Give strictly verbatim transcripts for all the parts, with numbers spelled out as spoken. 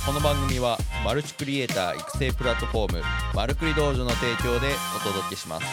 この番組はマルチクリエイター育成プラットフォームマルクリ道場の提供でお届けします。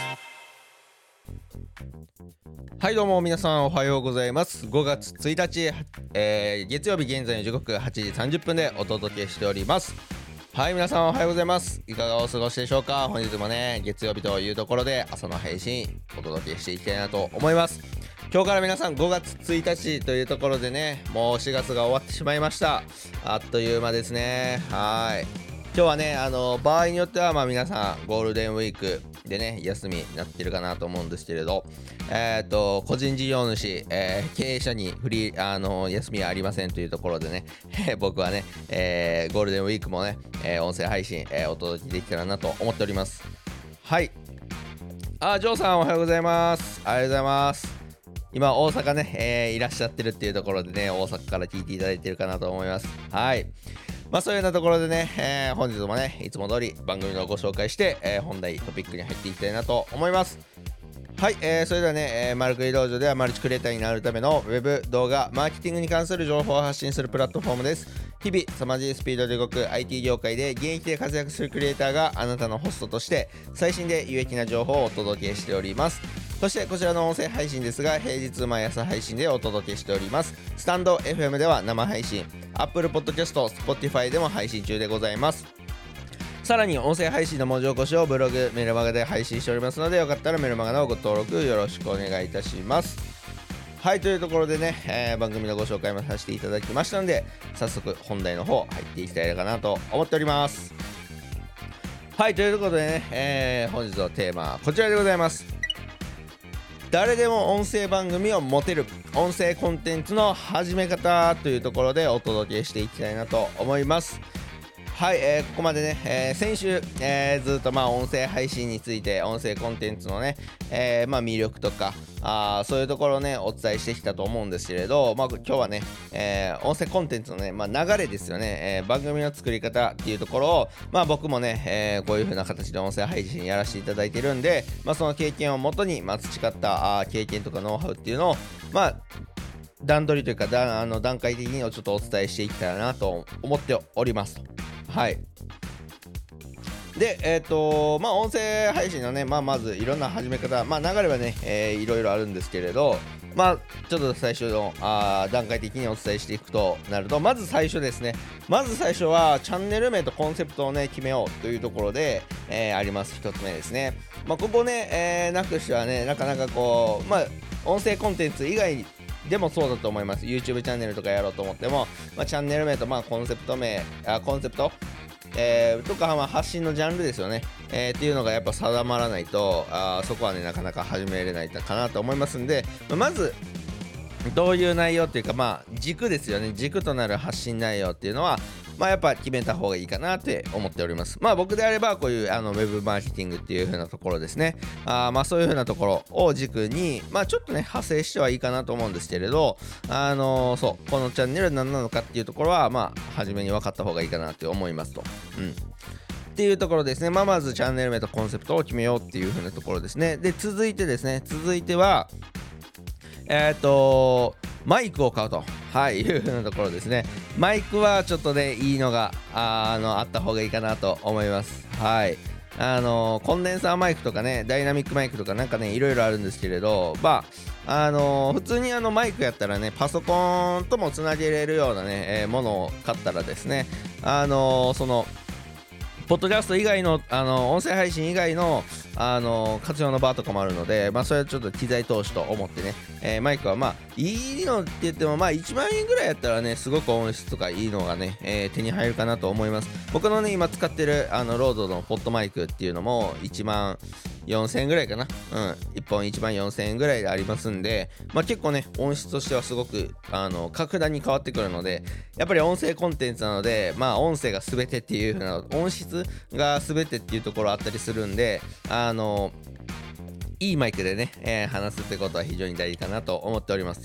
はいどうも皆さんおはようございます。ごがつついたち、えー、月曜日現在の時刻はちじさんじゅっぷんでお届けしております。はい皆さんおはようございます。いかがお過ごしでしょうか。本日もね月曜日というところで朝の配信お届けしていきたいなと思います。今日から皆さんごがつついたちというところでね、もうしがつが終わってしまいました。あっという間ですね。はい、今日はねあの場合によってはまあ皆さんゴールデンウィークでね休みになってるかなと思うんですけれど、えっと個人事業主、えー、経営者にフリーあの休みはありませんというところでね僕はね、えー、ゴールデンウィークもね、えー、音声配信、えー、お届けできたらなと思っております。はい、あジョーさんおはようございます。ありがとうございます。今大阪ね、えー、いらっしゃってるっていうところでね、大阪から聞いていただいてるかなと思います。はい。まあそういうようなところでね、えー、本日もね、いつも通り番組のご紹介して、えー、本題トピックに入っていきたいなと思います。はい、えー、それではね、えー、マルクリ道場ではマルチクリエイターになるためのウェブ動画、マーケティングに関する情報を発信するプラットフォームです。日々、凄まじいスピードで動く アイティー 業界で現役で活躍するクリエイターがあなたのホストとして最新で有益な情報をお届けしております。そしてこちらの音声配信ですが平日毎朝配信でお届けしております。スタンド エフエム では生配信、 Apple Podcast、Spotify でも配信中でございます。さらに音声配信の文字起こしをブログ、メルマガで配信しておりますので、よかったらメルマガのご登録よろしくお願いいたします。はい、というところでね、えー、番組のご紹介もさせていただきましたので、早速本題の方入っていきたいかなと思っております。はい、というところでね、えー、本日のテーマはこちらでございます。誰でも音声番組を持てる音声コンテンツの始め方というところでお届けしていきたいなと思います。はい、えー、ここまでね、えー、先週、えー、ずっとまあ音声配信について音声コンテンツのね、えー、まあ魅力とかあそういうところをねお伝えしてきたと思うんですけれど、まあ、今日はね、えー、音声コンテンツのね、まあ、流れですよね、えー、番組の作り方っていうところを、まあ、僕もね、えー、こういう風な形で音声配信やらせていただいてるんで、まあ、その経験をもとに、まあ、培ったあ経験とかノウハウっていうのをまあ段取りというかだあの段階的にちょっとお伝えしていきたいなと思っておりますと。はい。で、えっ、ー、とまあ音声配信のね、まあまずいろんな始め方、まあ流れはね、えー、いろいろあるんですけれど、まあちょっと最初のあ段階的にお伝えしていくとなると、まず最初ですね、まず最初はチャンネル名とコンセプトをね決めようというところで、えー、あります。一つ目ですね。まあここね、えー、なくしてはね、なかなかこう、まあ音声コンテンツ以外にでもそうだと思います。 YouTube チャンネルとかやろうと思っても、まあ、チャンネル名とまあコンセプト名あコンセプト、えー、とかまあ発信のジャンルですよね、えー、っていうのがやっぱ定まらないとあそこはねなかなか始めれないかなと思いますんで、まあ、まずどういう内容っていうかまあ軸ですよね。軸となる発信内容っていうのはまあやっぱ決めた方がいいかなって思っております。まあ僕であればこういうあのウェブマーケティングっていう風なところですね。あまあそういう風なところを軸にまあちょっとね派生してはいいかなと思うんですけれど、あのー、そうこのチャンネル何なのかっていうところはまあ初めに分かった方がいいかなって思いますと。うんっていうところですね。まあまずチャンネル名とコンセプトを決めようっていう風なところですね。で続いてですね続いてはえっ、ー、とマイクを買うと、はい、いう風なところですね。マイクはちょっとねいいのが あ, あのあった方がいいかなと思います。はい、あのコンデンサーマイクとかねダイナミックマイクとかなんかねいろいろあるんですけれど、まああの普通にあのマイクやったらねパソコンともつなげれるようなね、えー、ものを買ったらですね、あのそのポッドキャスト以外の、あの音声配信以外の、あの活用の場とかもあるので、まあそれはちょっと機材投資と思ってね、えー、マイクはまあいいのって言ってもまあいちまんえんぐらいやったらねすごく音質とかいいのがね、えー、手に入るかなと思います。僕のね今使ってるあのロードのポッドマイクっていうのもいちまんよんせんえんぐらいかな、うん、いっぽんいちまんよんせんえんぐらいでありますんで、まあ結構ね音質としてはすごくあの格段に変わってくるので、やっぱり音声コンテンツなのでまあ音声が全てっていう風な音質が全てっていうところあったりするんで、あのいいマイクでね、えー、話すってことは非常に大事かなと思っておりますと。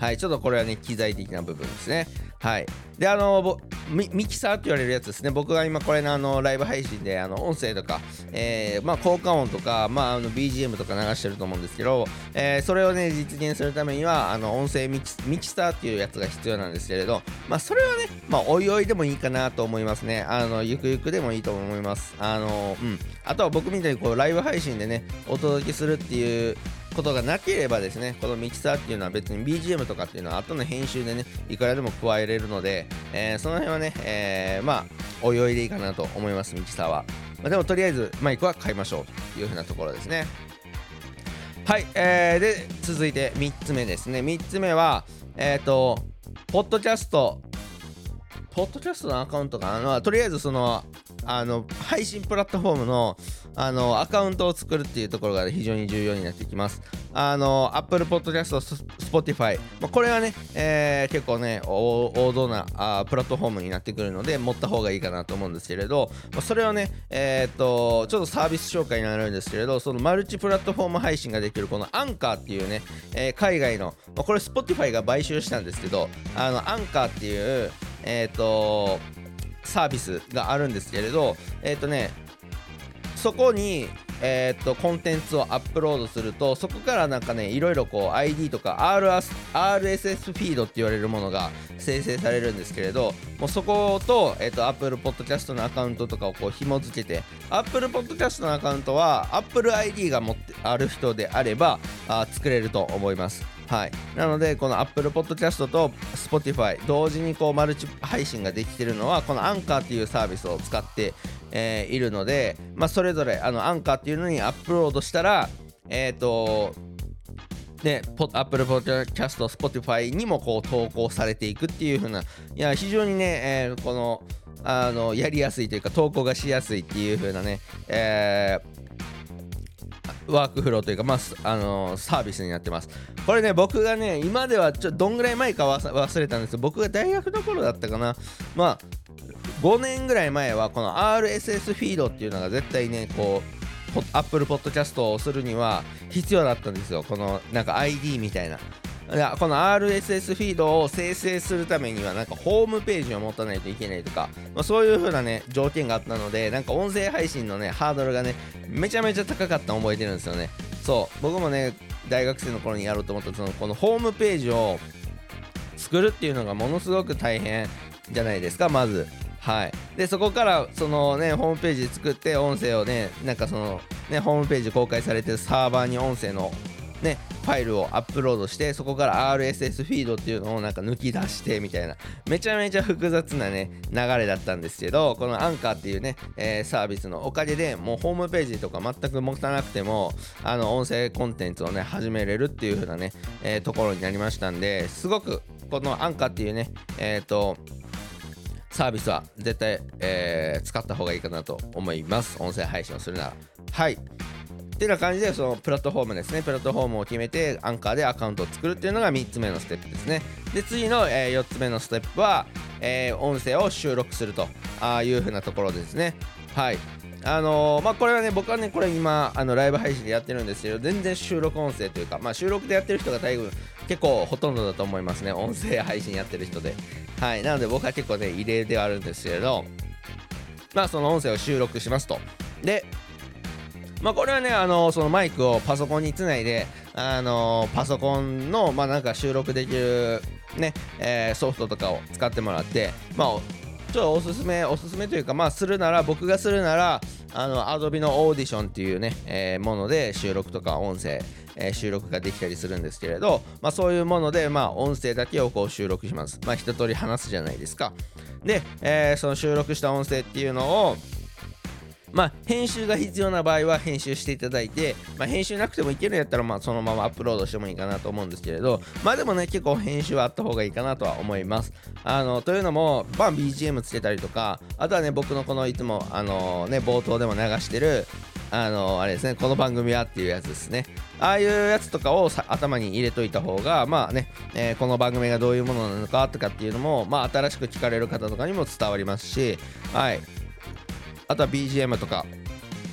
はい、ちょっとこれはね機材的な部分ですね。はい。で、あのミ, ミキサーって言われるやつですね。僕が今これのあのライブ配信であの音声とか、えー、まあ効果音とか、まあ、あの ビージーエム とか流してると思うんですけど、えー、それをね実現するためにはあの音声ミキミキサーっていうやつが必要なんですけれど、まあそれはね、まあおいおいでもいいかなと思いますね。あのゆくゆくでもいいと思います。あのうん。あとは僕みたいにこうライブ配信でねお届けするっていうことがなければですね、このミキサーっていうのは別に ビージーエム とかっていうのは後の編集でねいくらでも加えれるので、えー、その辺はね、えー、まあおいおいでいいかなと思います。ミキサーは、まあ、でもとりあえずマイクは買いましょうというふうなところですね。はい、えー、で続いてみっつめですね。みっつめはえっ、ー、とポッドキャストポッドキャストのアカウントかな、とりあえずそのあの配信プラットフォームのあのアカウントを作るっていうところが非常に重要になってきます。あの Apple Podcast、Spotify、まあ、これはね、えー、結構ね王道なあプラットフォームになってくるので持った方がいいかなと思うんですけれど、まあ、それをねえー、っとちょっとサービス紹介になるんですけれど、そのマルチプラットフォーム配信ができるこのアンカーっていうね、えー、海外の、まあ、これ Spotify が買収したんですけど、あのアンカーっていうえー、っとサービスがあるんですけれど、えっ、ー、とねそこにえー、っとコンテンツをアップロードすると、そこからなんかねいろいろこう アイディー とか アールエスエス フィードって言われるものが生成されるんですけれど、もうそこと、えー、っと Apple Podcast のアカウントとかをこう紐付けて、 Apple Podcast のアカウントは Apple アイディー が持ってある人であればあ作れると思います。はい、なのでこの Apple Podcast と Spotify 同時にこうマルチ配信ができているのはこのアンカーっていうサービスを使って、えー、いるので、まあ、それぞれあのアンカーっていうのにアップロードしたらえっ、ー、とね、Apple Podcast、Spotify にもこう投稿されていくっていう風な、いや非常にね、えー、このあのやりやすいというか投稿がしやすいっていう風なね、えーワークフローというか、まああのー、サービスになってます。これね僕がね今ではちょっとどんぐらい前か忘れたんですけど、僕が大学の頃だったかな、まあごねんぐらい前はこの アールエスエス フィードっていうのが絶対ねこう Apple Podcast をするには必要だったんですよ。このなんか アイディー みたいな、いやこの アールエスエス フィードを生成するためにはなんかホームページを持たないといけないとか、まあ、そういう風なね条件があったので、なんか音声配信のねハードルがねめちゃめちゃ高かったの覚えてるんですよね。そう僕もね大学生の頃にやろうと思ったそのこのホームページを作るっていうのがものすごく大変じゃないですか、まず。はい、でそこからそのねホームページ作って音声をねなんかそのねホームページ公開されてるサーバーに音声のねファイルをアップロードして、そこから アールエスエス フィードっていうのをなんか抜き出してみたいな、めちゃめちゃ複雑なね流れだったんですけど、このアンカーっていうね、えー、サービスのおかげでもうホームページとか全く持たなくてもあの音声コンテンツをね始めれるっていう風なね、えー、ところになりましたんで、すごくこのアンカーっていうねえっ、ー、とサービスは絶対、えー、使った方がいいかなと思います。音声配信をするなら。はいってな感じで、そのプラットフォームですね、プラットフォームを決めてアンカーでアカウントを作るっていうのがみっつめのステップですね。で次の、えー、よっつめのステップは、えー、音声を収録するとあいう風なところですね。はいあのー、まあこれはね僕はねこれ今あのライブ配信でやってるんですけど、全然収録音声というか、まあ収録でやってる人が大分結構ほとんどだと思いますね、音声配信やってる人で。はいなので僕は結構ね異例ではあるんですけれど、まあその音声を収録しますと。でまあこれはねあのそのマイクをパソコンにつないであのパソコンのまあなんか収録できるね、えー、ソフトとかを使ってもらって、まあちょっとおすすめおすすめというか、まあするなら僕がするならあの Adobe のオーディションっていうね、えー、もので収録とか音声、えー、収録ができたりするんですけれど、まあそういうものでまあ音声だけをこう収録します。まあ一通り話すじゃないですか。で、えー、その収録した音声っていうのをまあ編集が必要な場合は編集していただいて、まあ編集なくてもいけるんやったらまあそのままアップロードしてもいいかなと思うんですけれど、まあでもね結構編集はあった方がいいかなとは思います。あのというのもまあ ビージーエム つけたりとか、あとはね僕のこのいつもあのね冒頭でも流してるあのあれですね、この番組はっていうやつですね。ああいうやつとかをさ頭に入れといた方がまあね、えー、この番組がどういうものなのかとかっていうのもまあ新しく聞かれる方とかにも伝わりますし、はい。あとは ビージーエム とか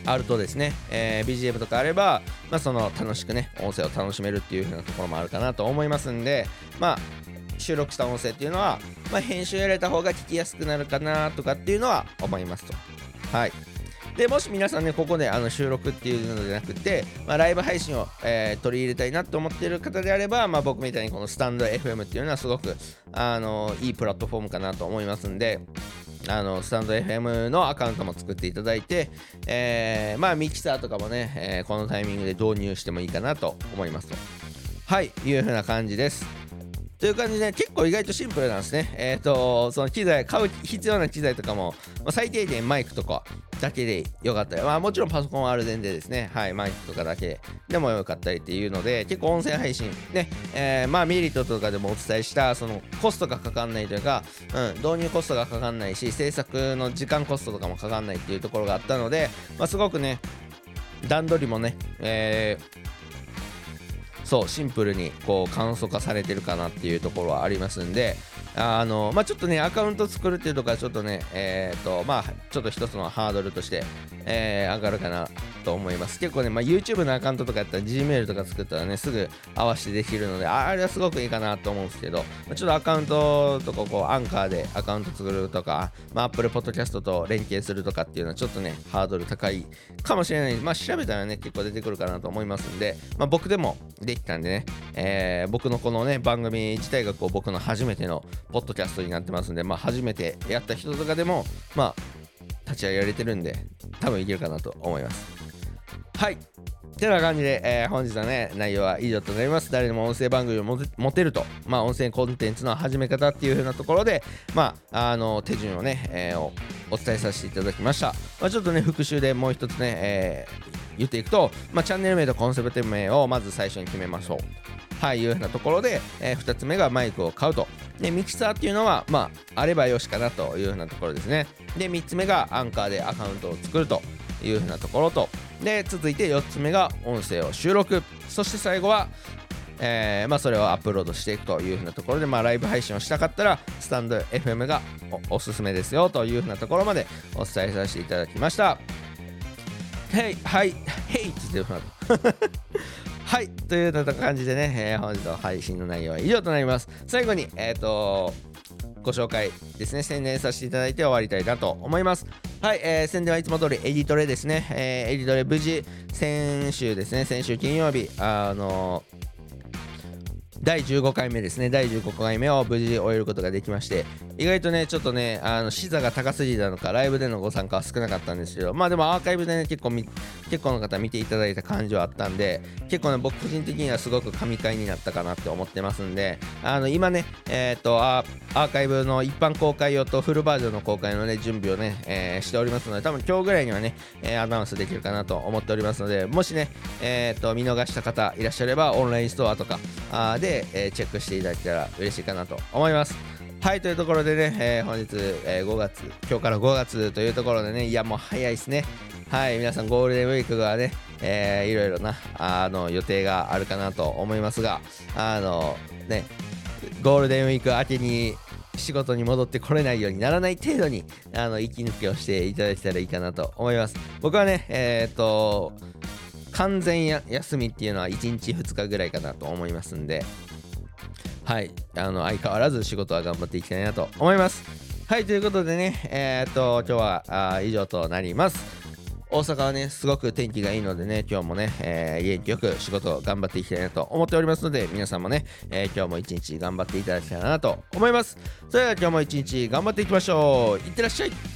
あるとですね、えー、ビージーエム とかあれば、まあ、その楽しくね音声を楽しめるっていう風なところもあるかなと思いますんで、まあ収録した音声っていうのは、まあ、編集やられた方が聞きやすくなるかなとかっていうのは思いますと。はい。でもし皆さんねここであの収録っていうのじゃなくて、まあ、ライブ配信を、えー、取り入れたいなと思っている方であれば、まあ、僕みたいにこのスタンド エフエム っていうのはすごくあのいいプラットフォームかなと思いますんで、あのスタンド エフエム のアカウントも作っていただいて、えー、まあミキサーとかもね、えー、このタイミングで導入してもいいかなと思いますと。はいいう風な感じです。という感じで結構意外とシンプルなんですね。えっ、ー、とその機材買う必要な機材とかも、まあ、最低限マイクとかだけでよかったり、まあもちろんパソコンはある前提ですね。はい、マイクとかだけでもよかったりっていうので、結構音声配信ね、えー、まあメリットとかでもお伝えしたそのコストがかかんないというか、うん、導入コストがかかんないし、制作の時間コストとかもかかんないっていうところがあったので、まあすごくね段取りもね、えーそうシンプルにこう簡素化されてるかなっていうところはありますんで、あのまあちょっとねアカウント作るっていうところはちょっとねえっ、ー、とまあちょっと一つのハードルとして、えー、上がるかなと思います。結構ね、まあ、YouTube のアカウントとかやったら Gmail とか作ったらねすぐ合わせてできるので、あれはすごくいいかなと思うんですけど、ちょっとアカウントとかこうアンカーでアカウント作るとか、まあ、Apple Podcast と連携するとかっていうのはちょっとねハードル高いかもしれない。まあ調べたらね結構出てくるかなと思いますんで、まあ、僕でもできたんでね、えー、僕のこのね番組自体がこう僕の初めてのポッドキャストになってますんで、まあ初めてやった人とかでもまあ立ち上げられてるんで多分いけるかなと思います。はいてな感じで、えー、本日はね内容は以上となります。誰でも音声番組を持てると、まあ音声コンテンツの始め方っていう風なところで、まああの手順をね、えー、お, お伝えさせていただきました。まあ、ちょっとね復習でもう一つね、えー、言っていくと、まあチャンネル名とコンセプト名をまず最初に決めましょう。はいいう風なところで、えー、ふたつめがマイクを買うと。でミキサーっていうのはまああればよしかなという風なところですね。でみっつめがアンカーでアカウントを作るという風なところと、で続いてよっつめが音声を収録、そして最後は、えーまあ、それをアップロードしていくという風なところで、まあ、ライブ配信をしたかったらスタンド エフエム が お, おすすめですよという風なところまでお伝えさせていただきました。はいはいへいって言ってはいというような感じでね、えー、本日の配信の内容は以上となります。最後にえっ、ー、とご紹介ですね、宣伝させていただいて終わりたいなと思います。はい、えー、宣伝はいつも通りエディトレですね、えー、エディトレ無事先週ですね先週金曜日あのーだいじゅうごかいめですねだいじゅうごかいめを無事終えることができまして、意外とねちょっとねあの視座が高すぎたのかライブでのご参加は少なかったんですけど、まあでもアーカイブでね結構み結構の方見ていただいた感じはあったんで、結構ね僕個人的にはすごく神回になったかなって思ってますんで、あの今ねえっ、ー、とアーカイブの一般公開用とフルバージョンの公開のね準備をね、えー、しておりますので、多分今日ぐらいにはね、えー、アナウンスできるかなと思っておりますので、もしねえっ、ー、と見逃した方いらっしゃればオンラインストアとかあでで、えー、チェックしていただけたら嬉しいかなと思います。はいというところでね、えー、本日、えー、ごがつ今日からごがつというところでね、いやもう早いですね。はい皆さんゴールデンウィークがね、えー、いろいろなあの予定があるかなと思いますが、あのねゴールデンウィーク明けに仕事に戻ってこれないようにならない程度にあの息抜きをしていただけたらいいかなと思います。僕はねえっ、ー、と完全や休みっていうのはいちにちふつかぐらいかなと思いますんで、はいあの相変わらず仕事は頑張っていきたいなと思います。はいということでねえー、っと今日はあ以上となります。大阪はねすごく天気がいいのでね今日もね、えー、元気よく仕事を頑張っていきたいなと思っておりますので、皆さんもね、えー、今日も一日頑張っていただきたいなと思います。それでは今日も一日頑張っていきましょう。いってらっしゃい。